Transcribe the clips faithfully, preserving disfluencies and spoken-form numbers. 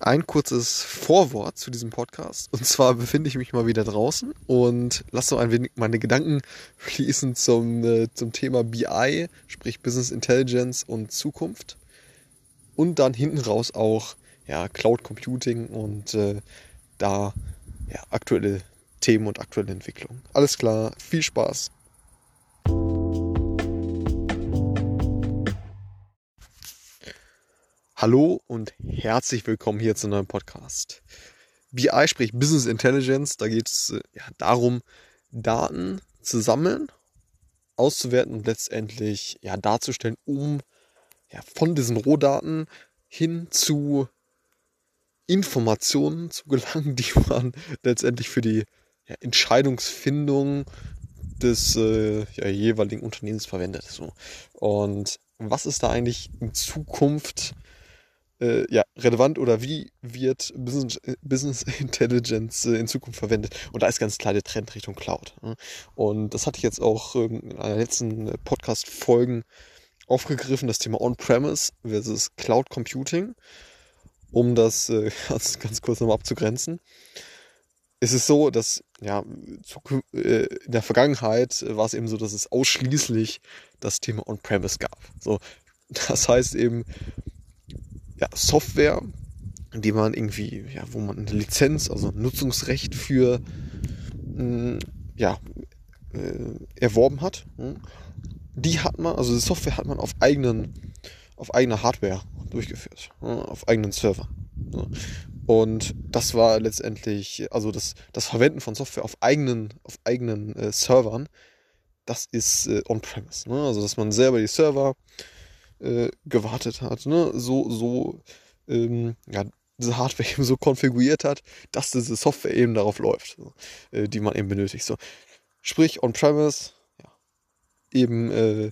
Ein kurzes Vorwort zu diesem Podcast. Und zwar befinde ich mich mal wieder draußen und lasse so ein wenig meine Gedanken fließen zum, äh, zum Thema B I, sprich Business Intelligence und Zukunft. Und dann hinten raus auch ja, Cloud Computing und äh, da ja, aktuelle Themen und aktuelle Entwicklungen. Alles klar, viel Spaß. Hallo und herzlich willkommen hier zu einem neuen Podcast. B I, sprich Business Intelligence, da geht es äh, ja, darum, Daten zu sammeln, auszuwerten und letztendlich ja, darzustellen, um ja, von diesen Rohdaten hin zu Informationen zu gelangen, die man letztendlich für die ja, Entscheidungsfindung des äh, ja, jeweiligen Unternehmens verwendet. So. Und was ist da eigentlich in Zukunft äh, ja, relevant oder wie wird Business, Business Intelligence äh, in Zukunft verwendet? Und da ist ganz klar der Trend Richtung Cloud. Ne? Und das hatte ich jetzt auch äh, in einer letzten Podcast-Folgen aufgegriffen, das Thema On-Premise versus Cloud Computing, um das äh, ganz, ganz kurz nochmal abzugrenzen. Es ist so, dass ja, in der Vergangenheit war es eben so, dass es ausschließlich das Thema On-Premise gab. So, das heißt eben ja, Software, die man irgendwie, ja, wo man eine Lizenz, also ein Nutzungsrecht für mh, ja, äh, erworben hat. Mh. Die hat man, also die Software hat man auf eigenen, auf eigener Hardware durchgeführt, mh, auf eigenen Server. Mh. Und das war letztendlich, also das, das Verwenden von Software auf eigenen, auf eigenen äh, Servern, das ist äh, On-Premise. Ne? Also dass man selber die Server äh, gewartet hat, ne? so, so ähm, ja, diese Hardware eben so konfiguriert hat, dass diese Software eben darauf läuft, so, äh, die man eben benötigt. So. Sprich, On-Premise, ja, eben äh,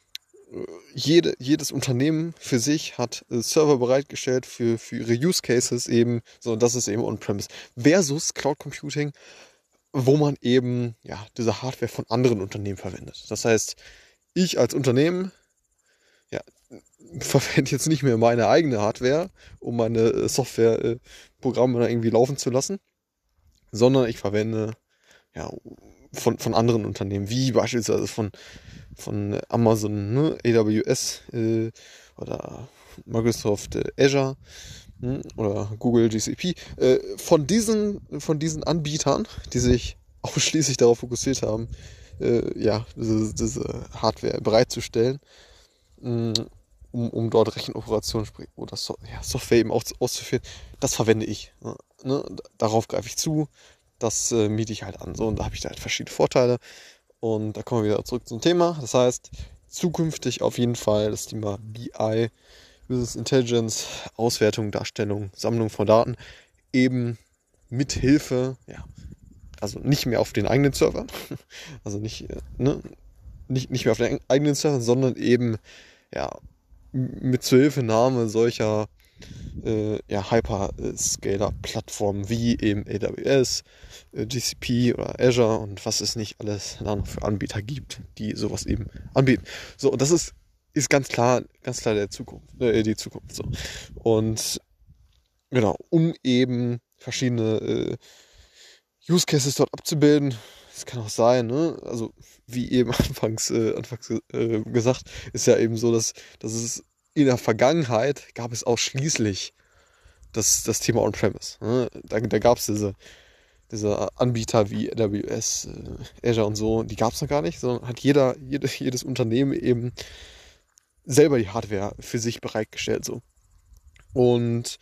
Jede, jedes Unternehmen für sich hat äh, Server bereitgestellt für, für ihre Use Cases eben, so, das ist eben On-Premise. Versus Cloud Computing, wo man eben ja, diese Hardware von anderen Unternehmen verwendet. Das heißt, ich als Unternehmen ja, verwende jetzt nicht mehr meine eigene Hardware, um meine äh, Softwareprogramme äh, irgendwie laufen zu lassen, sondern ich verwende ja, von, von anderen Unternehmen, wie beispielsweise von von Amazon, ne, A W S äh, oder Microsoft äh, Azure hm, oder Google G C P. Äh, von diesen, von diesen Anbietern, die sich ausschließlich darauf fokussiert haben, äh, ja, diese, diese Hardware bereitzustellen, mh, um, um dort Rechenoperationen oder so, ja, Software eben auch auszuführen, das verwende ich. Ne? Darauf greife ich zu, das äh, miete ich halt an. So, und da habe ich da halt verschiedene Vorteile. Und da kommen wir wieder zurück zum Thema. Das heißt, zukünftig auf jeden Fall das Thema B I, Business Intelligence, Auswertung, Darstellung, Sammlung von Daten, eben mit Hilfe, ja, also nicht mehr auf den eigenen Servern, also nicht, ne, nicht, nicht mehr auf den eigenen Servern, sondern eben, ja, mit Zuhilfenahme solcher äh, ja, Hyperscaler-Plattformen wie eben A W S, äh, G C P oder Azure und was es nicht alles da noch für Anbieter gibt, die sowas eben anbieten. So, und das ist, ist ganz klar, ganz klar der Zukunft, äh, die Zukunft. So. Und genau, um eben verschiedene äh, Use Cases dort abzubilden, das kann auch sein, ne? Also wie eben anfangs, äh, anfangs äh, gesagt, ist ja eben so, dass, dass es in der Vergangenheit gab es ausschließlich das, das Thema On-Premise. Ne? Da, da gab es diese, diese Anbieter wie A W S, äh, Azure und so, die gab es noch gar nicht, sondern hat jeder, jede, jedes Unternehmen eben selber die Hardware für sich bereitgestellt. So. Und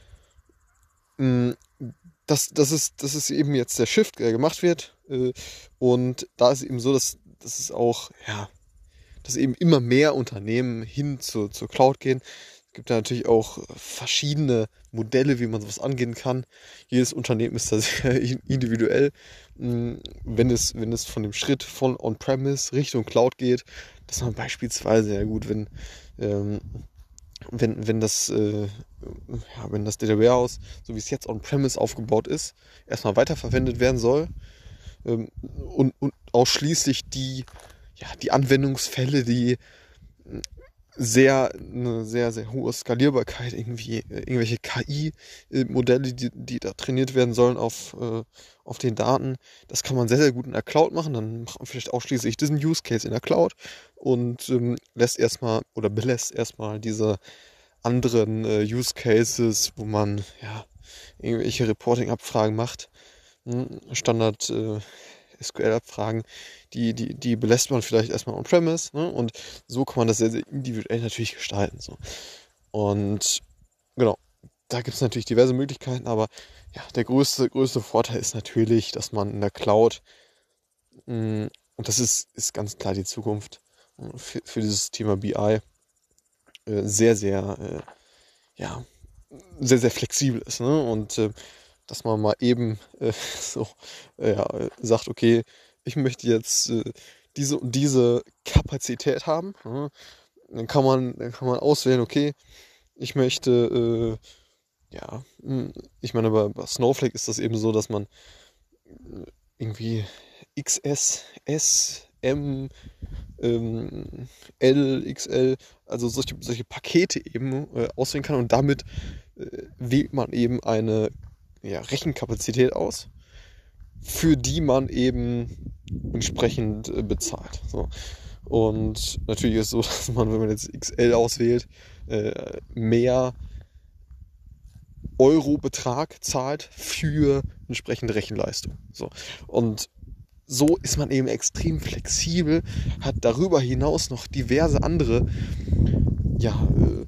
mh, das, das, ist, das ist eben jetzt der Shift, der gemacht wird. Äh, und da ist eben so, dass, dass es auch, ja, dass eben immer mehr Unternehmen hin zur, zur Cloud gehen. Es gibt da natürlich auch verschiedene Modelle, wie man sowas angehen kann. Jedes Unternehmen ist da sehr individuell. Wenn es, wenn es von dem Schritt von On-Premise Richtung Cloud geht, dass man beispielsweise, ja gut, wenn, ähm, wenn, wenn das, äh, ja, wenn das Data Warehouse, so wie es jetzt On-Premise aufgebaut ist, erstmal weiterverwendet werden soll ähm, und, und ausschließlich die, ja, die Anwendungsfälle, die sehr, eine sehr, sehr hohe Skalierbarkeit, irgendwie äh, irgendwelche K I-Modelle, die, die da trainiert werden sollen auf, äh, auf den Daten. Das kann man sehr, sehr gut in der Cloud machen. Dann macht man vielleicht ausschließlich diesen Use Case in der Cloud und ähm, lässt erstmal oder belässt erstmal diese anderen äh, Use Cases, wo man ja irgendwelche Reporting-Abfragen macht. Hm, Standard äh, S Q L-Abfragen, die, die, die belässt man vielleicht erstmal on-premise, ne? Und so kann man das sehr, sehr individuell natürlich gestalten. So. Und genau, da gibt es natürlich diverse Möglichkeiten, aber ja, der größte, größte Vorteil ist natürlich, dass man in der Cloud, mh, und das ist, ist ganz klar die Zukunft äh, für, für dieses Thema B I, äh, sehr, sehr, äh, ja, sehr, sehr flexibel ist. Ne? Und äh, dass man mal eben äh, so äh, ja, sagt, okay, ich möchte jetzt äh, diese und diese Kapazität haben. Ja? Dann kann man, dann kann man auswählen, okay, ich möchte, äh, ja, ich meine, bei, bei Snowflake ist das eben so, dass man irgendwie X S, S, M, ähm, L, X L, also solche, solche Pakete eben äh, auswählen kann und damit äh, wählt man eben eine ja, Rechenkapazität aus, für die man eben entsprechend äh, bezahlt. So. Und natürlich ist es so, dass man, wenn man jetzt X L auswählt, äh, mehr Euro-Betrag zahlt für entsprechende Rechenleistung. So. Und so ist man eben extrem flexibel, hat darüber hinaus noch diverse andere ja, äh,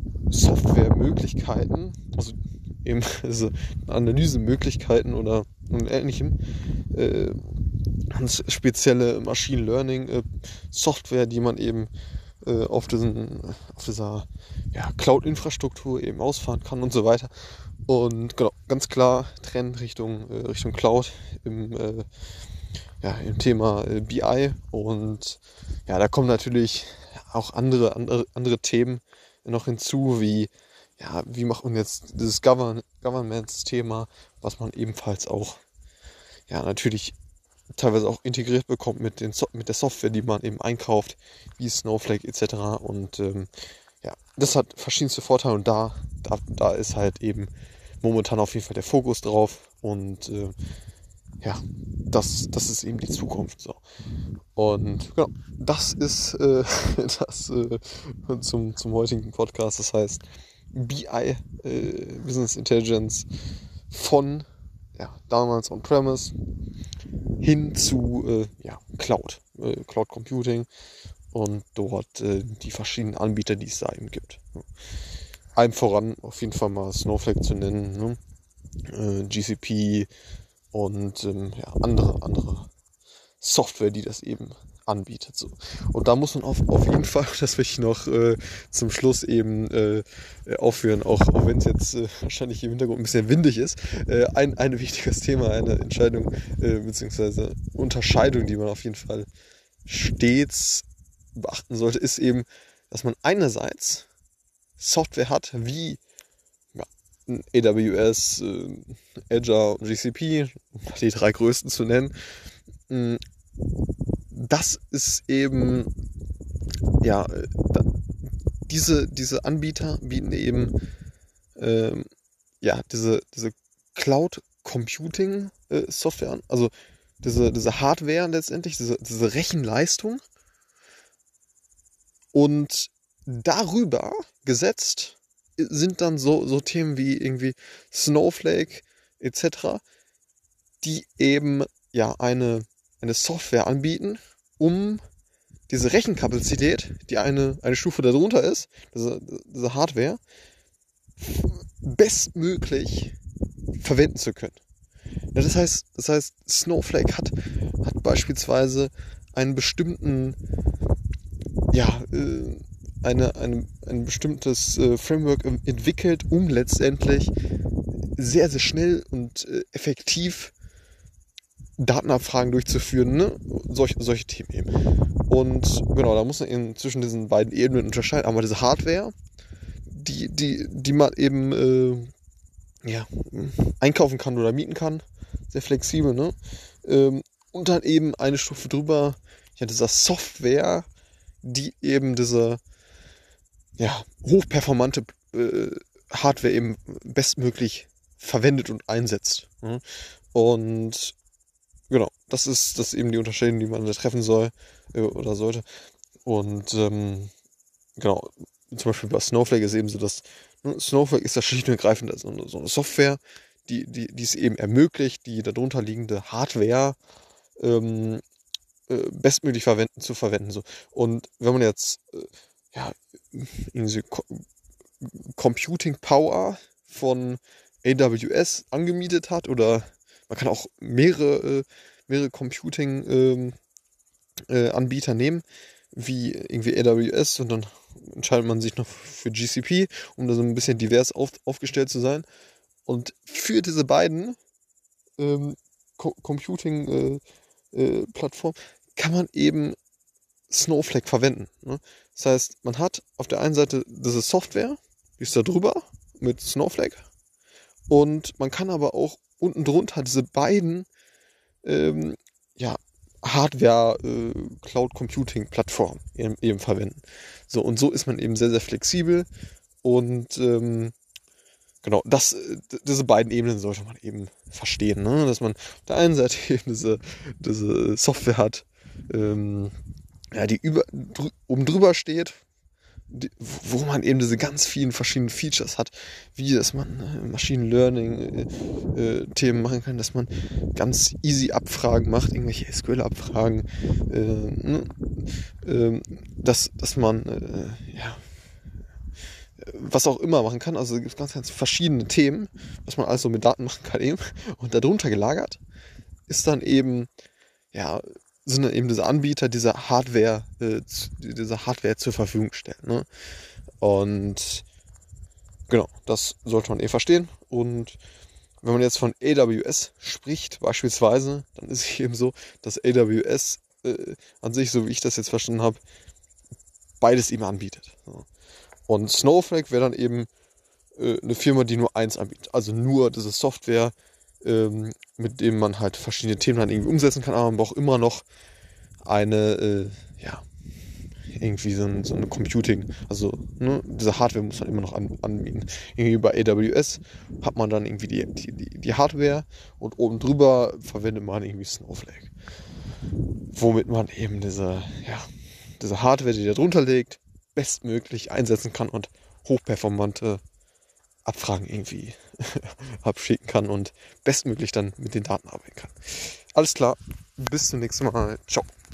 Softwaremöglichkeiten, also eben also Analysemöglichkeiten oder und ähnlichem. Äh, ganz spezielle Machine Learning äh, Software, die man eben äh, auf, diesen, auf dieser ja, Cloud-Infrastruktur eben ausfahren kann und so weiter. Und genau, ganz klar Trend Richtung, äh, Richtung Cloud im, äh, ja, im Thema äh, B I. Und ja, da kommen natürlich auch andere, andere, andere Themen noch hinzu, wie ja, wie macht man jetzt dieses Govern Governance-Thema, was man ebenfalls auch ja natürlich teilweise auch integriert bekommt mit, den so mit der Software, die man eben einkauft, wie Snowflake et cetera. Und ähm, ja, das hat verschiedenste Vorteile und da, da, da ist halt eben momentan auf jeden Fall der Fokus drauf und äh, ja, das, das ist eben die Zukunft. So. Und genau, das ist äh, das äh, zum, zum heutigen Podcast. Das heißt, B I, äh, Business Intelligence von ja, damals on-premise hin zu äh, ja, Cloud, äh, Cloud Computing und dort äh, die verschiedenen Anbieter, die es da eben gibt. Einem voran auf jeden Fall mal Snowflake zu nennen, ne? äh, G C P und ähm, ja, andere, andere Software, die das eben anbietet. So. Und da muss man auf, auf jeden Fall, das will ich noch äh, zum Schluss eben äh, aufführen, auch, auch wenn es jetzt äh, wahrscheinlich im Hintergrund ein bisschen windig ist, äh, ein, ein wichtiges Thema, eine Entscheidung äh, beziehungsweise Unterscheidung, die man auf jeden Fall stets beachten sollte, ist eben, dass man einerseits Software hat wie ja, A W S, äh, Azure und G C P, um die drei größten zu nennen. Das ist eben, ja, diese, diese Anbieter bieten eben, ähm, ja, diese, diese Cloud Computing äh, Software an, also diese, diese Hardware letztendlich, diese, diese Rechenleistung und darüber gesetzt sind dann so, so Themen wie irgendwie Snowflake et cetera, die eben ja eine, eine Software anbieten, um diese Rechenkapazität, die eine, eine Stufe darunter ist, diese, diese Hardware, bestmöglich verwenden zu können. Ja, das heißt, das heißt, Snowflake hat, hat beispielsweise einen bestimmten, ja, äh, eine, eine, ein bestimmtes äh, Framework entwickelt, um letztendlich sehr, sehr schnell und äh, effektiv Datenabfragen durchzuführen, ne? Solch, solche Themen eben. Und genau, da muss man eben zwischen diesen beiden Ebenen unterscheiden. Einmal diese Hardware, die, die, die man eben äh, ja, einkaufen kann oder mieten kann. Sehr flexibel, ne? Ähm, und dann eben eine Stufe drüber, ja, dieser Software, die eben diese ja, hochperformante äh, Hardware eben bestmöglich verwendet und einsetzt. Ne? Und genau, das ist, das ist eben die Unterscheidung, die man da treffen soll äh, oder sollte. Und ähm, genau, zum Beispiel bei Snowflake ist eben so, dass ne, Snowflake ist ja schlicht und ergreifend also so eine, so eine Software, die, die, die es eben ermöglicht, die darunter liegende Hardware ähm, äh, bestmöglich verwenden, zu verwenden. So. Und wenn man jetzt äh, ja, irgendwie Co Computing Power von A W S angemietet hat oder man kann auch mehrere, äh, mehrere Computing ähm, äh, Anbieter nehmen, wie irgendwie A W S und dann entscheidet man sich noch für G C P, um da so ein bisschen divers auf, aufgestellt zu sein. Und für diese beiden ähm, Co Computing äh, äh, Plattformen kann man eben Snowflake verwenden. Ne? Das heißt, man hat auf der einen Seite diese Software, die ist da drüber mit Snowflake und man kann aber auch unten drunter diese beiden ähm, ja, Hardware äh, Cloud Computing Plattform eben, eben verwenden. So und so ist man eben sehr, sehr flexibel und ähm, genau, das, diese beiden Ebenen sollte man eben verstehen, ne? Dass man auf der einen Seite eben diese, diese Software hat, ähm, ja, die über, drü oben drüber steht, die, wo man eben diese ganz vielen verschiedenen Features hat, wie dass man äh, Machine Learning äh, äh, Themen machen kann, dass man ganz easy Abfragen macht, irgendwelche S Q L-Abfragen, äh, ne? äh, dass, dass man äh, ja, was auch immer machen kann. Also es gibt ganz, ganz verschiedene Themen, was man alles so mit Daten machen kann eben. Und darunter gelagert ist dann eben, ja, sind dann eben diese Anbieter, diese Hardware, äh, diese Hardware zur Verfügung stellen. Ne? Und genau, das sollte man eh verstehen. Und wenn man jetzt von A W S spricht, beispielsweise, dann ist es eben so, dass A W S äh, an sich, so wie ich das jetzt verstanden habe, beides eben anbietet. So. Und Snowflake wäre dann eben äh, eine Firma, die nur eins anbietet. Also nur diese Software, ähm, mit dem man halt verschiedene Themen dann irgendwie umsetzen kann, aber man braucht immer noch eine, äh, ja, irgendwie so, ein, so eine Computing, also ne, diese Hardware muss man immer noch an, anbieten. Irgendwie bei A W S hat man dann irgendwie die, die, die Hardware und oben drüber verwendet man irgendwie Snowflake. Womit man eben diese, ja, diese Hardware, die da drunter liegt, bestmöglich einsetzen kann und hochperformante Abfragen irgendwie abschicken kann und bestmöglich dann mit den Daten arbeiten kann. Alles klar, bis zum nächsten Mal. Ciao.